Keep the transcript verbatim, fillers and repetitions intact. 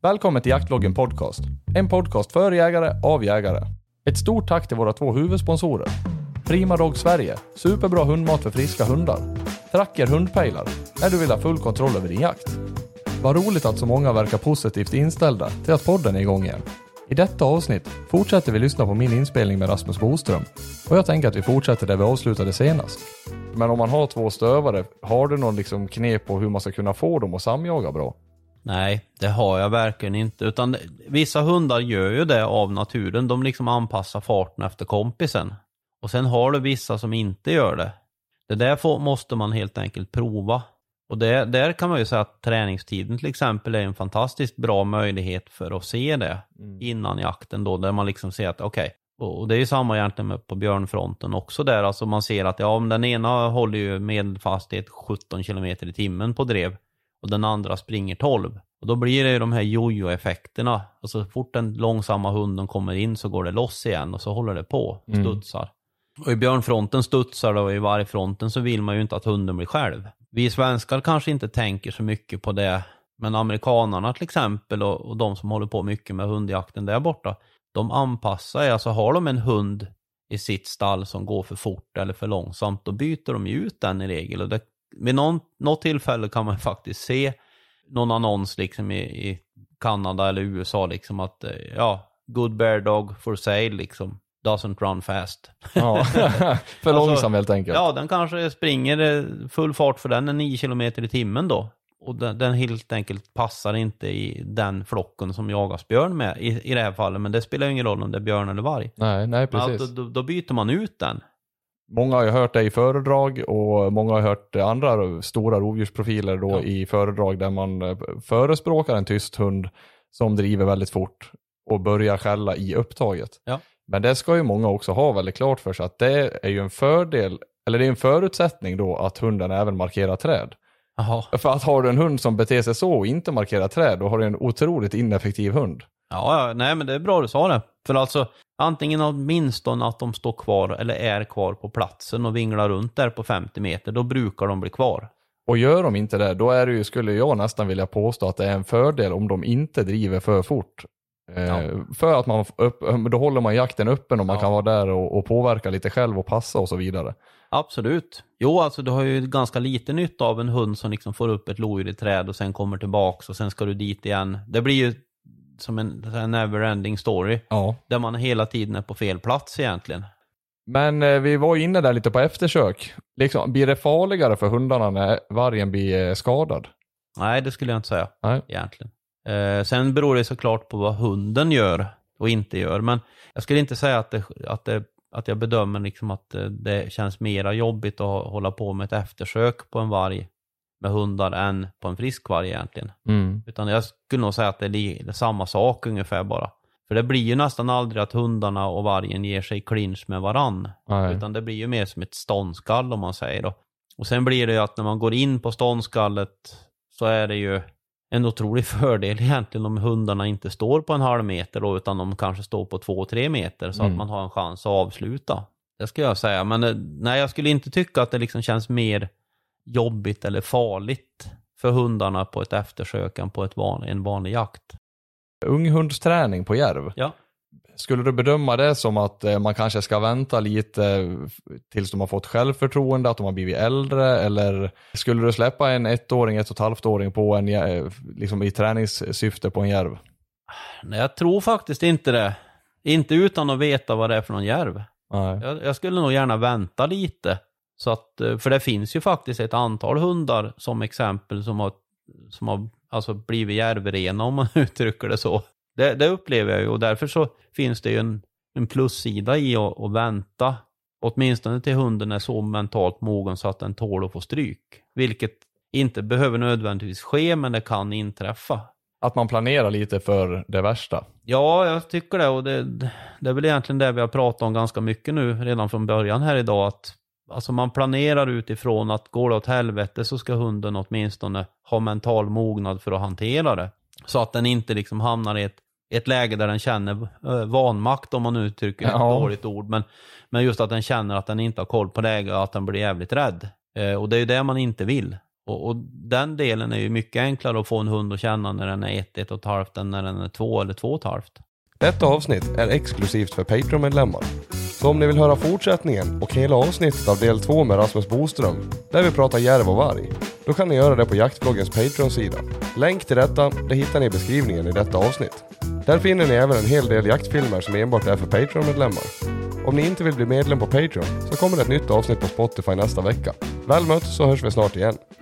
Välkommen till Jaktloggen podcast. En podcast för jägare av jägare. Ett stort tack till våra två huvudsponsorer. Prima Dog Sverige, superbra hundmat för friska hundar. Tracker hundpejlar, när du vill ha full kontroll över din jakt. Vad roligt att så många verkar positivt inställda till att podden är igång igen. I detta avsnitt fortsätter vi lyssna på min inspelning med Rasmus Boström. Och jag tänker att vi fortsätter där vi avslutade senast. Men om man har två stövare, har du någon liksom knep på hur man ska kunna få dem att samjaga bra? Nej, det har jag verkligen inte. Utan vissa hundar gör ju det av naturen. De liksom anpassar farten efter kompisen. Och sen har du vissa som inte gör det. Det där får, måste man helt enkelt prova. Och det, där kan man ju säga att träningstiden till exempel är en fantastiskt bra möjlighet för att se det mm. innan jakten då. Där man liksom ser att okej. Okay, och det är ju samma egentligen med på björnfronten också där. Alltså man ser att ja, den ena håller ju medelfasthet sjutton kilometer i timmen på drev. Och den andra springer tolv. Och då blir det ju de här jojo-effekterna. Och så fort den långsamma hunden kommer in så går det loss igen. Och så håller det på och studsar. Mm. Och i björnfronten studsar det, och i vargfronten så vill man ju inte att hunden blir själv. Vi svenskar kanske inte tänker så mycket på det. Men amerikanerna till exempel och, och de som håller på mycket med hundjakten där borta. De anpassar, alltså har de en hund i sitt stall som går för fort eller för långsamt. Då byter de ju ut den i regel. Och det, vid någon, något tillfälle kan man faktiskt se någon annons liksom i, i Kanada eller U S A liksom att ja, good bear dog for sale liksom. Doesn't run fast. Ja, för långsam alltså, helt enkelt. Ja, den kanske springer full fart för den är nio kilometer i timmen då. Och den, den helt enkelt passar inte i den flocken som jagas björn med i, i det här fallet. Men det spelar ju ingen roll om det är björn eller varg. Nej, nej precis. Alltså, då, då byter man ut den. Många har ju hört det i föredrag och många har hört andra stora rovdjursprofiler då ja. i föredrag där man förespråkar en tyst hund som driver väldigt fort och börjar skälla i upptaget. Ja. Men det ska ju många också ha väldigt klart för sig att det är ju en fördel, eller det är en förutsättning då att hunden även markerar träd. Aha. För att har du en hund som beter sig så och inte markerar träd, då har du en otroligt ineffektiv hund. Ja, ja, nej men det är bra du sa det. För alltså antingen åtminstone att de står kvar eller är kvar på platsen och vinglar runt där på femtio meter, då brukar de bli kvar. Och gör de inte det, då är det ju, skulle jag nästan vilja påstå att det är en fördel om de inte driver för fort. Ja. För att man upp, då håller man jakten öppen och man ja. kan vara där och, och påverka lite själv och passa och så vidare. Absolut. Jo, alltså du har ju ganska lite nytta av en hund som liksom får upp ett lodjur i träd och sen kommer tillbaks och sen ska du dit igen. Det blir ju som en, en never-ending story. Ja. Där man hela tiden är på fel plats egentligen. Men eh, vi var inne där lite på eftersök. Liksom, blir det farligare för hundarna när vargen blir eh, skadad? Nej, det skulle jag inte säga. Nej. Egentligen. Eh, sen beror det såklart på vad hunden gör och inte gör. Men jag skulle inte säga att, det, att, det, att jag bedömer liksom att det känns mera jobbigt att hålla på med ett eftersök på en varg med hundar än på en frisk varg egentligen. Mm. Utan jag skulle nog säga att det är, li- det är samma sak ungefär bara. För det blir ju nästan aldrig att hundarna och vargen ger sig clinch med varann. Nej. Utan det blir ju mer som ett ståndskall om man säger då. Och sen blir det ju att när man går in på ståndskallet så är det ju en otrolig fördel egentligen om hundarna inte står på en halv meter då, utan de kanske står på två, tre meter så mm. att man har en chans att avsluta. Det ska jag säga. Men nej, jag skulle inte tycka att det liksom känns mer jobbigt eller farligt för hundarna på ett eftersök än på ett van, en vanlig jakt. Unghundsträning på järv. Ja. Skulle du bedöma det som att eh, man kanske ska vänta lite tills de har fått självförtroende, att de har blivit äldre, eller skulle du släppa en ettåring, ett och ett halvt-åring på en, liksom i träningssyfte på en järv? Nej, jag tror faktiskt inte det. Inte utan att veta vad det är för någon järv. Nej. Jag, jag skulle nog gärna vänta lite. Så att, för det finns ju faktiskt ett antal hundar som exempel som har, som har alltså blivit järvrena om man uttrycker det så. Det, det upplever jag ju, och därför så finns det ju en, en plussida i att, att vänta. Åtminstone till hunden är så mentalt mogen så att den tål att få stryk. Vilket inte behöver nödvändigtvis ske, men det kan inträffa. Att man planerar lite för det värsta. Ja, jag tycker det, och det, det är väl egentligen det vi har pratat om ganska mycket nu redan från början här idag. Att alltså man planerar utifrån att går det åt helvete så ska hunden åtminstone ha mental mognad för att hantera det. Så att den inte liksom hamnar i ett, ett läge där den känner äh, vanmakt, om man uttrycker ett ja. dåligt ord. Men, men just att den känner att den inte har koll på läget och att den blir jävligt rädd. Eh, och det är ju det man inte vill. Och, och den delen är ju mycket enklare att få en hund att känna när den är ett, ett och ett halvt än när den är två eller två och ett halvt. Detta avsnitt är exklusivt för Patreon-medlemmar. Så om ni vill höra fortsättningen och hela avsnittet av del två med Rasmus Boström, där vi pratar järv och varg, då kan ni göra det på Jaktbloggens Patreon-sida. Länk till detta, det hittar ni i beskrivningen i detta avsnitt. Där finner ni även en hel del jaktfilmer som enbart är för Patreon-medlemmar. Om ni inte vill bli medlem på Patreon så kommer det ett nytt avsnitt på Spotify nästa vecka. Väl mött, så hörs vi snart igen.